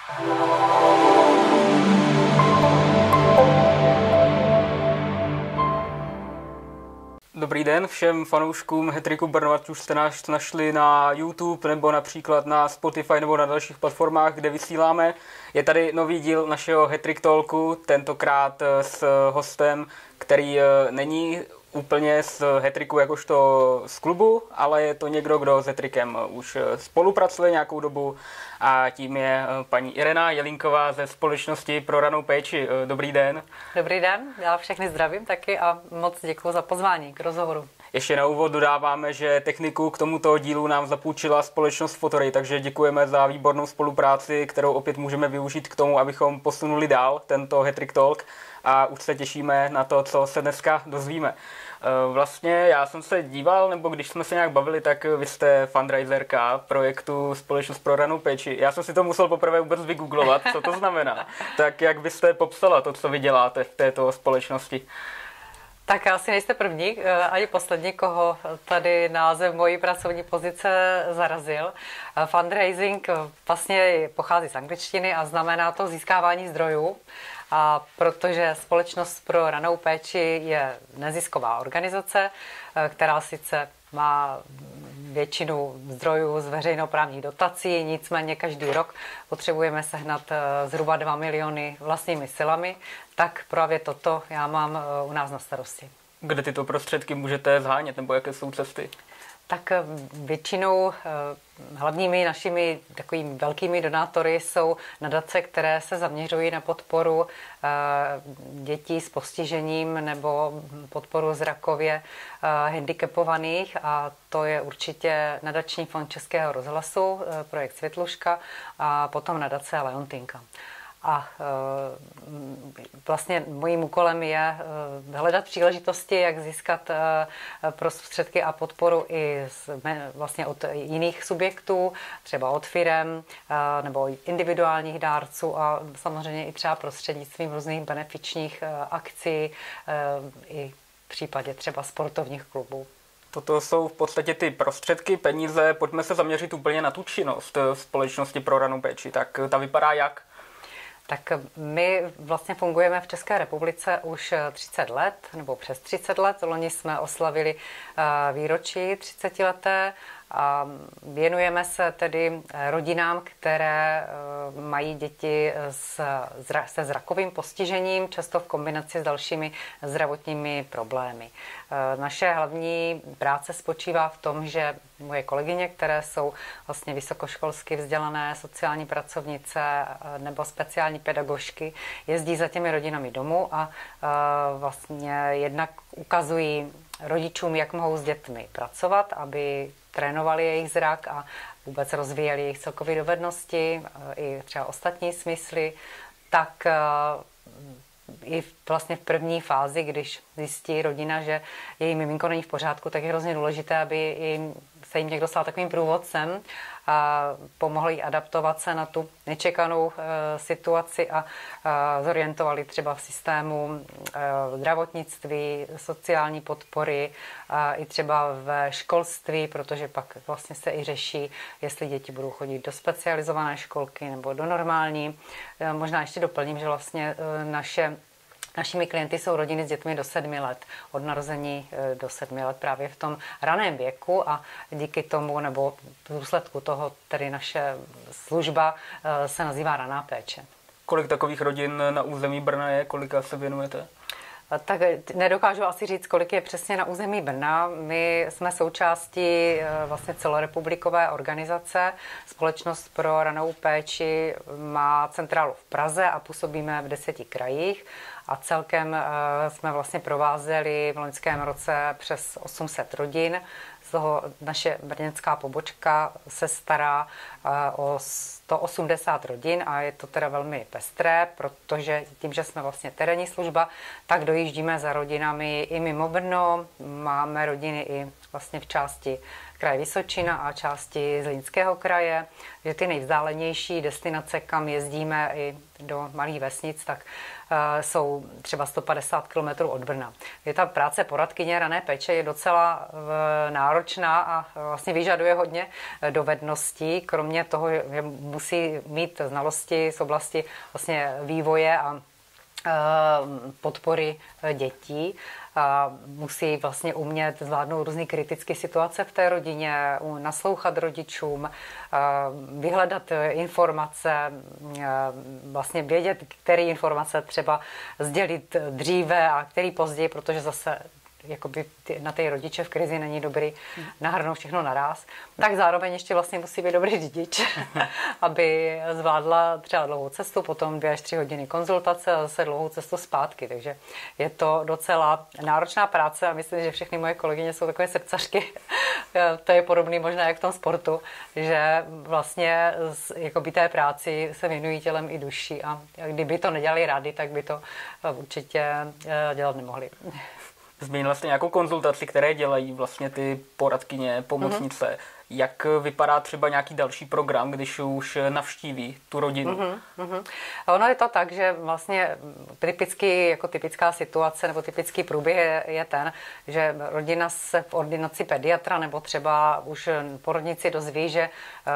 Dobrý den všem fanouškům Hat-tricku Brno, ať už jste nás našli na YouTube nebo například na Spotify nebo na dalších platformách, kde vysíláme. Je tady nový díl našeho Hat-trick Talku, tentokrát s hostem, který není úplně z Hat-tricku jakožto z klubu, ale je to někdo, kdo s Hat-trickem už spolupracuje nějakou dobu a tím je paní Irena Jelínková ze Společnosti pro ranou péči. Dobrý den. Dobrý den, já všechny zdravím taky a moc děkuji za pozvání k rozhovoru. Ještě na úvod dodáváme, že techniku k tomuto dílu nám zapůjčila společnost Fotory, takže děkujeme za výbornou spolupráci, kterou opět můžeme využít k tomu, abychom posunuli dál tento Hat-trick Talk a už se těšíme na to, co se dneska dozvíme. Vlastně já jsem se díval, nebo když jsme se nějak bavili, tak vy jste fundraiserka projektu Společnost pro ranou péči. Já jsem si to musel poprvé vůbec vygooglovat, co to znamená. Tak jak byste popsala to, co vy děláte v této společnosti? Tak asi nejste první, ani poslední, koho tady název mojí pracovní pozice zarazil. Fundraising vlastně pochází z angličtiny a znamená to získávání zdrojů. A protože Společnost pro ranou péči je nezisková organizace, která sice má většinu zdrojů z veřejnoprávních dotací, nicméně každý rok potřebujeme sehnat zhruba 2 miliony vlastními silami, tak právě toto já mám u nás na starosti. Kde tyto prostředky můžete zhánět, nebo jaké jsou cesty? Tak většinou hlavními našimi takovými velkými donátory jsou nadace, které se zaměřují na podporu dětí s postižením nebo podporu zrakově handicapovaných, a to je určitě nadační fond Českého rozhlasu, projekt Světluška, a potom nadace Leontýnka. A vlastně mojím úkolem je hledat příležitosti, jak získat prostředky a podporu i vlastně od jiných subjektů, třeba od firem nebo individuálních dárců a samozřejmě i třeba prostřednictvím různých benefičních akcí i v případě třeba sportovních klubů. Toto jsou v podstatě ty prostředky, peníze. Pojďme se zaměřit úplně na tu činnost Společnosti pro ranou péči. Tak ta vypadá jak? Tak my vlastně fungujeme v České republice už 30 let, nebo přes 30 let. Loni jsme oslavili výročí 30leté a věnujeme se tedy rodinám, které mají děti se zrakovým postižením, často v kombinaci s dalšími zdravotními problémy. Naše hlavní práce spočívá v tom, že moje kolegyně, které jsou vlastně vysokoškolsky vzdělané sociální pracovnice nebo speciální pedagožky, jezdí za těmi rodinami domů a vlastně jednak ukazují rodičům, jak mohou s dětmi pracovat, aby trénovali jejich zrak a vůbec rozvíjeli jejich celkové dovednosti i třeba ostatní smysly, tak i vlastně v první fázi, když zjistí rodina, že její miminko není v pořádku, tak je hrozně důležité, aby se jim někdo stal takovým průvodcem a pomohl jí adaptovat se na tu nečekanou situaci a zorientovali třeba v systému zdravotnictví, sociální podpory a i třeba ve školství, protože pak vlastně se i řeší, jestli děti budou chodit do specializované školky nebo do normální. Možná ještě doplním, že vlastně našimi klienty jsou rodiny s dětmi do 7 let, od narození do 7 let právě v tom raném věku, a díky tomu nebo v důsledku toho tedy naše služba se nazývá raná péče. Kolik takových rodin na území Brna je, kolika se věnujete? Tak nedokážu asi říct, kolik je přesně na území Brna. My jsme součástí vlastně celorepublikové organizace. Společnost pro ranou péči má centrálu v Praze a působíme v 10 krajích. A celkem jsme vlastně provázeli v loňském roce přes 800 rodin. Z toho naše brněnská pobočka se stará o 180 rodin a je to teda velmi pestré, protože tím, že jsme vlastně terénní služba, tak dojíždíme za rodinami i mimo Brno. Máme rodiny i vlastně v části kraje Vysočina a části Zlínského kraje, že ty nejvzdálenější destinace, kam jezdíme i do malých vesnic, tak jsou třeba 150 km od Brna. Je ta práce poradkyně rané péče je docela náročná a vlastně vyžaduje hodně dovedností. Kromě toho, že musí mít znalosti z oblasti vlastně vývoje a podpory dětí. Musí vlastně umět zvládnout různé kritické situace v té rodině, naslouchat rodičům, vyhledat informace, vlastně vědět, které informace třeba sdělit dříve a který později, protože zase jakoby na ty rodiče v krizi není dobrý nahrnout všechno naraz, tak zároveň ještě vlastně musí být dobrý řidič, aby zvládla třeba dlouhou cestu, potom 2 až 3 hodiny konzultace a zase dlouhou cestu zpátky. Takže je to docela náročná práce a myslím, že všechny moje kolegyně jsou takové srdcařky. To je podobný možná jak v tom sportu, že vlastně jakoby té práci se věnují tělem i duší a kdyby to nedělali rádi, tak by to určitě dělat nemohli. Zmínila jste nějakou konzultaci, které dělají vlastně ty poradkyně, pomocnice. Jak vypadá třeba nějaký další program, když už navštíví tu rodinu? Ono je to tak, že vlastně typická situace nebo typický průběh je ten, že rodina se v ordinaci pediatra nebo třeba už porodníci dozví, že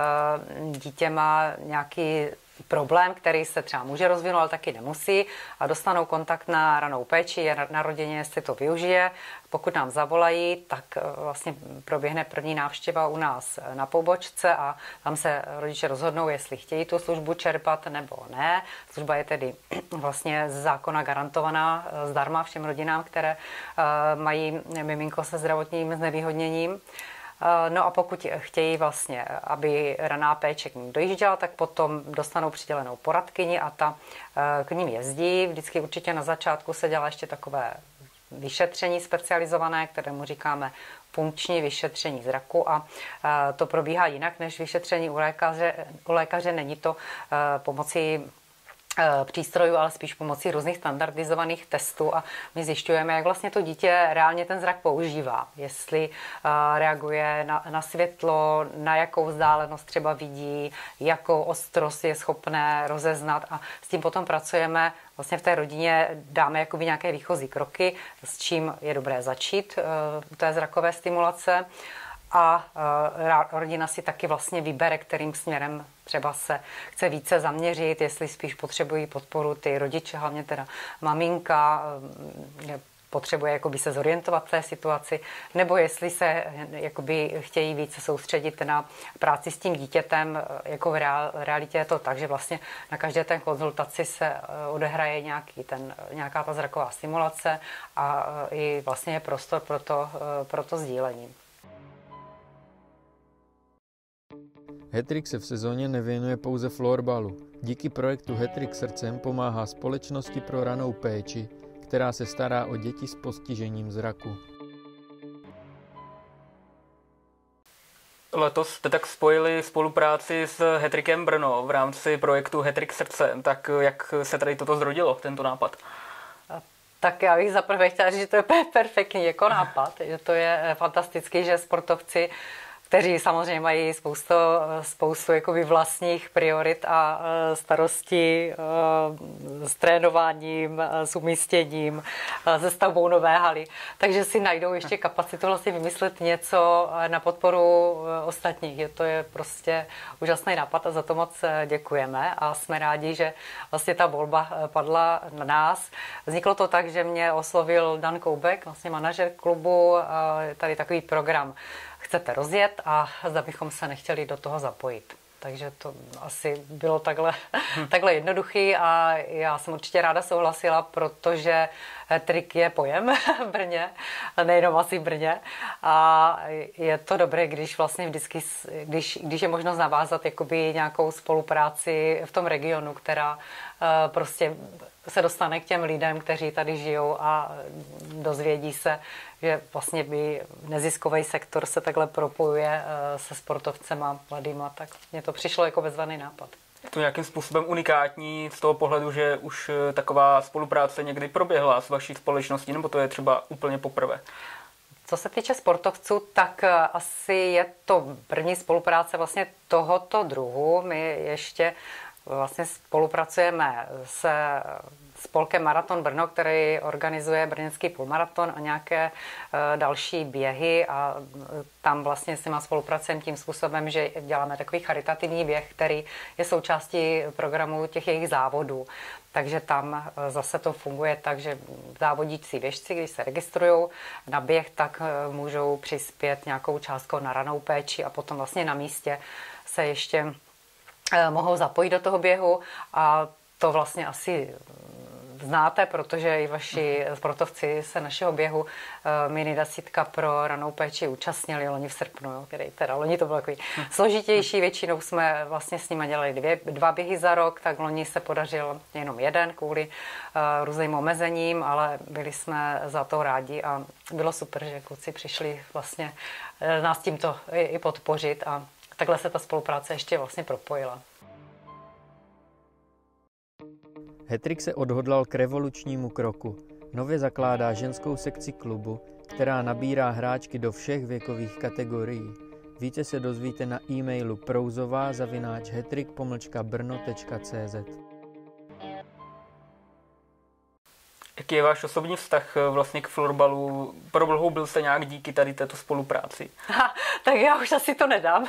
dítě má nějaký problém, který se třeba může rozvinout, ale taky nemusí a dostanou kontakt na ranou péči, na rodině, jestli to využije. Pokud nám zavolají, tak vlastně proběhne první návštěva u nás na pobočce a tam se rodiče rozhodnou, jestli chtějí tu službu čerpat nebo ne. Služba je tedy vlastně z zákona garantovaná zdarma všem rodinám, které mají miminko se zdravotním znevýhodněním. No a pokud chtějí vlastně, aby raná péče k ním dojížděla, tak potom dostanou přidělenou poradkyni a ta k ním jezdí. Vždycky určitě na začátku se dělá ještě takové vyšetření specializované, kterému říkáme funkční vyšetření zraku a to probíhá jinak než vyšetření u lékaře. U lékaře není to pomocí přístrojů, ale spíš pomocí různých standardizovaných testů a my zjišťujeme, jak vlastně to dítě reálně ten zrak používá. Jestli reaguje na světlo, na jakou vzdálenost třeba vidí, jakou ostrost je schopné rozeznat a s tím potom pracujeme vlastně v té rodině, dáme jakoby nějaké výchozí kroky, s čím je dobré začít té zrakové stimulace. A rodina si taky vlastně vybere, kterým směrem třeba se chce více zaměřit, jestli spíš potřebují podporu ty rodiče, hlavně teda maminka, potřebuje jakoby se zorientovat v té situaci, nebo jestli se jakoby chtějí více soustředit na práci s tím dítětem, jako v realitě je to tak, že vlastně na každé té konzultaci se odehraje nějaká ta zraková stimulace a i vlastně je prostor pro to sdílení. Hattrick se v sezóně nevěnuje pouze florbalu. Díky projektu Hattrick srdcem pomáhá Společnosti pro ranou péči, která se stará o děti s postižením zraku. Letos jste tak spojili spolupráci s Hattrickem Brno v rámci projektu Hattrick srdcem. Tak jak se tady toto zrodilo, tento nápad? Tak já bych zaprvé chtěla říct, že to je perfektní jako nápad, že to je fantastický, že sportovci, kteří samozřejmě mají spoustu jakoby vlastních priorit a starostí s trénováním, s umístěním, se stavbou nové haly. Takže si najdou ještě kapacitu vlastně vymyslet něco na podporu ostatních. To je prostě úžasný nápad a za to moc děkujeme a jsme rádi, že vlastně ta volba padla na nás. Vzniklo to tak, že mě oslovil Dan Koubek, vlastně manažer klubu, tady takový program chcete rozjet a zda bychom se nechtěli do toho zapojit. Takže to asi bylo takhle jednoduchý a já jsem určitě ráda souhlasila, protože Hattrick je pojem v Brně, nejenom asi v Brně. A je to dobré, když vlastně vždycky, když je možnost navázat jakoby nějakou spolupráci v tom regionu, která prostě se dostane k těm lidem, kteří tady žijou a dozvědí se, že vlastně by neziskový sektor se takhle propojuje se sportovcema mladýma, tak mně to přišlo jako bezvaný nápad. Je to nějakým způsobem unikátní z toho pohledu, že už taková spolupráce někdy proběhla s vaší společností, nebo to je třeba úplně poprvé? Co se týče sportovců, tak asi je to první spolupráce vlastně tohoto druhu. My ještě vlastně spolupracujeme se spolkem Maraton Brno, který organizuje brněnský půlmaraton a nějaké další běhy a tam vlastně s nima spolupracujeme tím způsobem, že děláme takový charitativní běh, který je součástí programu těch jejich závodů. Takže tam zase to funguje tak, že závodící běžci, když se registrují na běh, tak můžou přispět nějakou částkou na ranou péči a potom vlastně na místě se ještě mohou zapojit do toho běhu a to vlastně asi znáte, protože i vaši sportovci se našeho běhu mini desítka pro ranou péči účastnili loni v srpnu, jo, který teda loni to bylo takový složitější, většinou jsme vlastně s nimi dělali 2 běhy za rok, tak loni se podařil jenom 1 kvůli různým omezením, ale byli jsme za to rádi a bylo super, že kluci přišli vlastně nás tímto i podpořit a takhle se ta spolupráce ještě vlastně propojila. Hattrick se odhodlal k revolučnímu kroku. Nově zakládá ženskou sekci klubu, která nabírá hráčky do všech věkových kategorií. Více se dozvíte na e-mailu prouzová@hattrick-brno.cz. Jaký je váš osobní vztah vlastně k florbalu? Prohloubil jste nějak díky tady této spolupráci? Tak já už asi to nedám.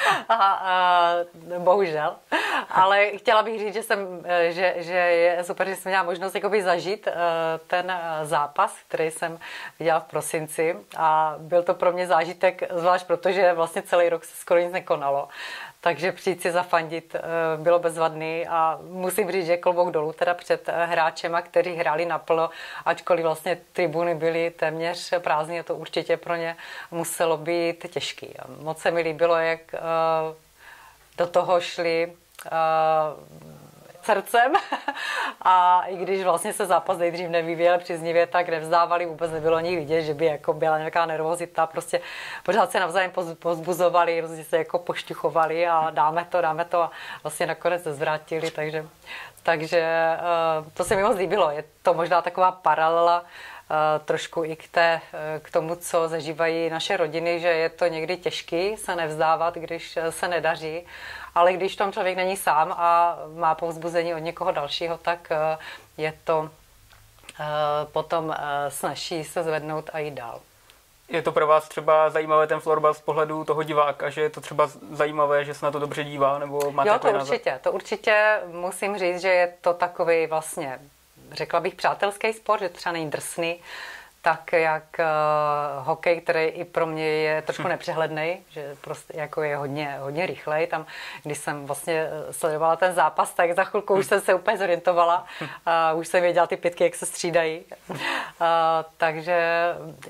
Bohužel. Ale chtěla bych říct, že je super, že jsem měla možnost jakoby zažít ten zápas, který jsem viděla v prosinci. A byl to pro mě zážitek, zvlášť protože vlastně celý rok se skoro nic nekonalo. Takže přijít si zafandit bylo bezvadný a musím říct, že klobouk dolů teda před hráčema, kteří hráli naplno, ačkoliv vlastně tribuny byly téměř prázdné, to určitě pro ně muselo být těžký. A moc se mi líbilo, jak do toho šli srdcem a i když vlastně se zápas nejdřív nevyvíjel příznivě, tak nevzdávali, vůbec nebylo nich vidět, že by jako byla nějaká nervozita, prostě pořád se navzájem pozbuzovali, různě se jako pošťuchovali a dáme to a vlastně nakonec se zvrátili, takže to se mi moc líbilo. Je to možná taková paralela trošku i k tomu, co zažívají naše rodiny, že je to někdy těžký se nevzdávat, když se nedaří, ale když tom člověk není sám a má povzbuzení od někoho dalšího, tak je to potom snazší se zvednout a jít dál. Je to pro vás třeba zajímavé ten florbal z pohledu toho diváka, že je to třeba zajímavé, že se na to dobře dívá, nebo máte Jo, to určitě musím říct, že je to takový vlastně, řekla bych, přátelský sport, že třeba není drsný, tak jak hokej, který i pro mě je trošku nepřehledný, že prostě jako je hodně rychlej. Tam, když jsem vlastně sledovala ten zápas, tak za chvilku už jsem se úplně zorientovala. Už jsem věděla ty pětky, jak se střídají. Takže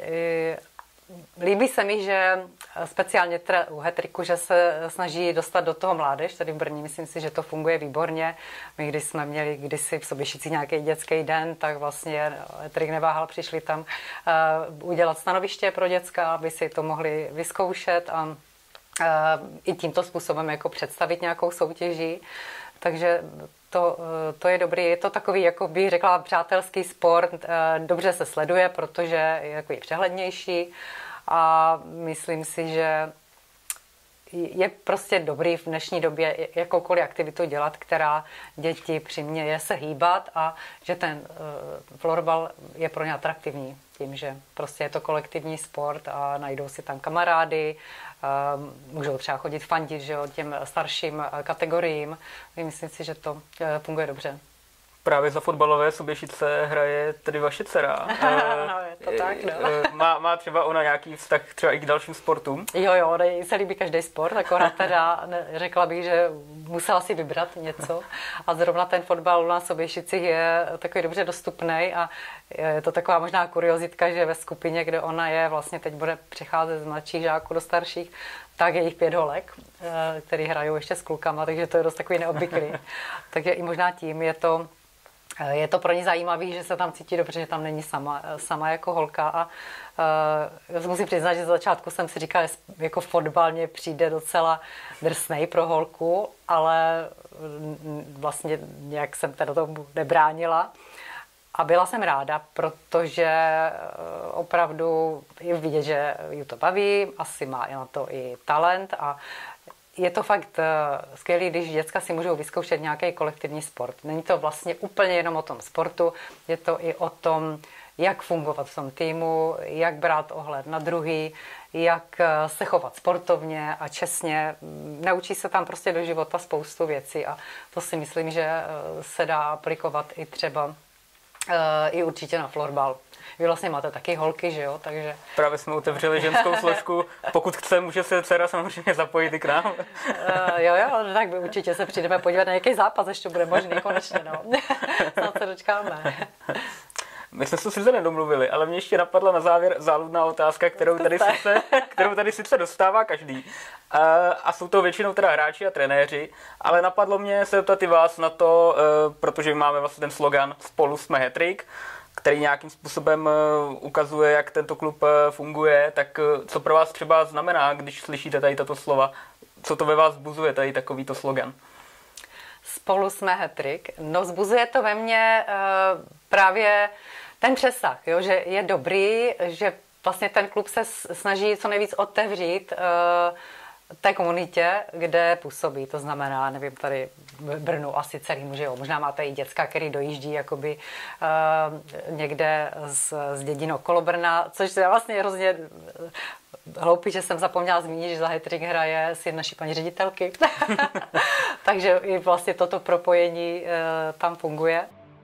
líbí se mi, že speciálně u Hattricku, že se snaží dostat do toho mládež. Tady v Brně myslím si, že to funguje výborně. My, když jsme měli kdysi v Soběšici nějaký dětský den, tak vlastně Hattrick neváhal, přišli tam udělat stanoviště pro děcka, aby si to mohli vyzkoušet a i tímto způsobem jako představit nějakou soutěží. Takže to je dobrý, je to takový, jako bych řekla, přátelský sport, dobře se sleduje, protože je takový přehlednější a myslím si, že je prostě dobrý v dnešní době jakoukoliv aktivitu dělat, která děti přiměje se hýbat a že ten florbal je pro ně atraktivní tím, že prostě je to kolektivní sport a najdou si tam kamarády, můžou třeba chodit fandit, že jo, těm starším kategoriím. Myslím si, že to funguje dobře. Právě za fotbalové Soběšice hraje tedy vaše dcera. No, je to tak, no. Má třeba ona nějaký vztah třeba i k dalším sportům? Jo, se líbí každý sport, akorát teda řekla bych, že musela si vybrat něco a zrovna ten fotbal u nás v Soběšicích je takový dobře dostupný a je to taková možná kuriozitka, že ve skupině, kde ona je, vlastně teď bude přecházet z mladších žáků do starších, tak je jich 5 holek, který hrajou ještě s klukama, takže to je dost takový neobvyklý. Takže i možná tím je to pro ně zajímavé, že se tam cítí dobře, že tam není sama jako holka a musím přiznat, že z začátku jsem si říkala, že jako fotbal mě přijde docela drsnej pro holku, ale vlastně nějak jsem teda tomu nebránila A byla jsem ráda, protože opravdu je vidět, že ji to baví, asi má na to i talent a je to fakt skvělý, když děcka si můžou vyzkoušet nějaký kolektivní sport. Není to vlastně úplně jenom o tom sportu, je to i o tom, jak fungovat v tom týmu, jak brát ohled na druhý, jak se chovat sportovně a čestně. Naučí se tam prostě do života spoustu věcí a to si myslím, že se dá aplikovat i třeba i určitě na florbal. Vy vlastně máte taky holky, že jo, takže... Právě jsme otevřeli ženskou složku. Pokud chce, může se dcera samozřejmě zapojit i k nám. Jo, tak by určitě se přijdeme podívat na nějaký zápas, ještě bude možný konečně, no. Snad se dočkáme. My jsme se sice nedomluvili, ale mě ještě napadla na závěr záludná otázka, kterou tady sice dostává každý. A jsou to většinou teda hráči a trenéři, ale napadlo mě se zeptat i vás na to, protože máme vlastně ten slogan Spolu jsme Hattrick, který nějakým způsobem ukazuje, jak tento klub funguje, tak co pro vás třeba znamená, když slyšíte tady tato slova? Co to ve vás vzbuzuje, tady takovýto slogan? Spolu jsme Hattrick. No, vzbuzuje to ve mně právě ten přesah, jo, že je dobrý, že vlastně ten klub se snaží co nejvíc otevřít té komunitě, kde působí. To znamená, nevím, tady v Brnu asi celý, že jo. Možná máte i děcka, který dojíždí jakoby někde z dědin okolo Brna, což je vlastně hrozně hloupý, že jsem zapomněla zmínit, že za Hattrick hraje syn naší paní ředitelky. Takže i vlastně toto propojení tam funguje.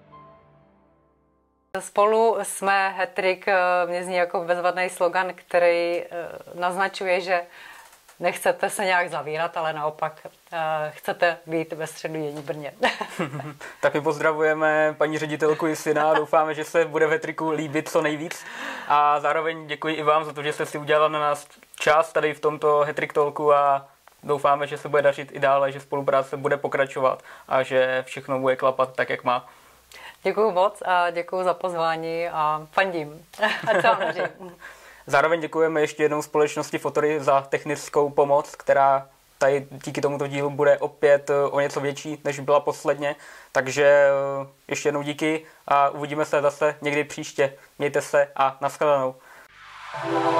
Spolu jsme Hattrick, mě zní jako bezvadný slogan, který naznačuje, že nechcete se nějak zavírat, ale naopak chcete být ve středu dění Brně. Tak my pozdravujeme paní ředitelku i syna, doufáme, že se bude v Hattricku líbit co nejvíc a zároveň děkuji i vám za to, že jste si udělala na nás čas tady v tomto Hattrick Talku a doufáme, že se bude dařit i dále, že spolupráce bude pokračovat a že všechno bude klapat tak, jak má. Děkuju moc a děkuju za pozvání a fandím. A co vám daří. Zároveň děkujeme ještě jednou společnosti Fotory za technickou pomoc, která tady díky tomuto dílu bude opět o něco větší, než byla posledně. Takže ještě jednou díky a uvidíme se zase někdy příště. Mějte se a nashledanou.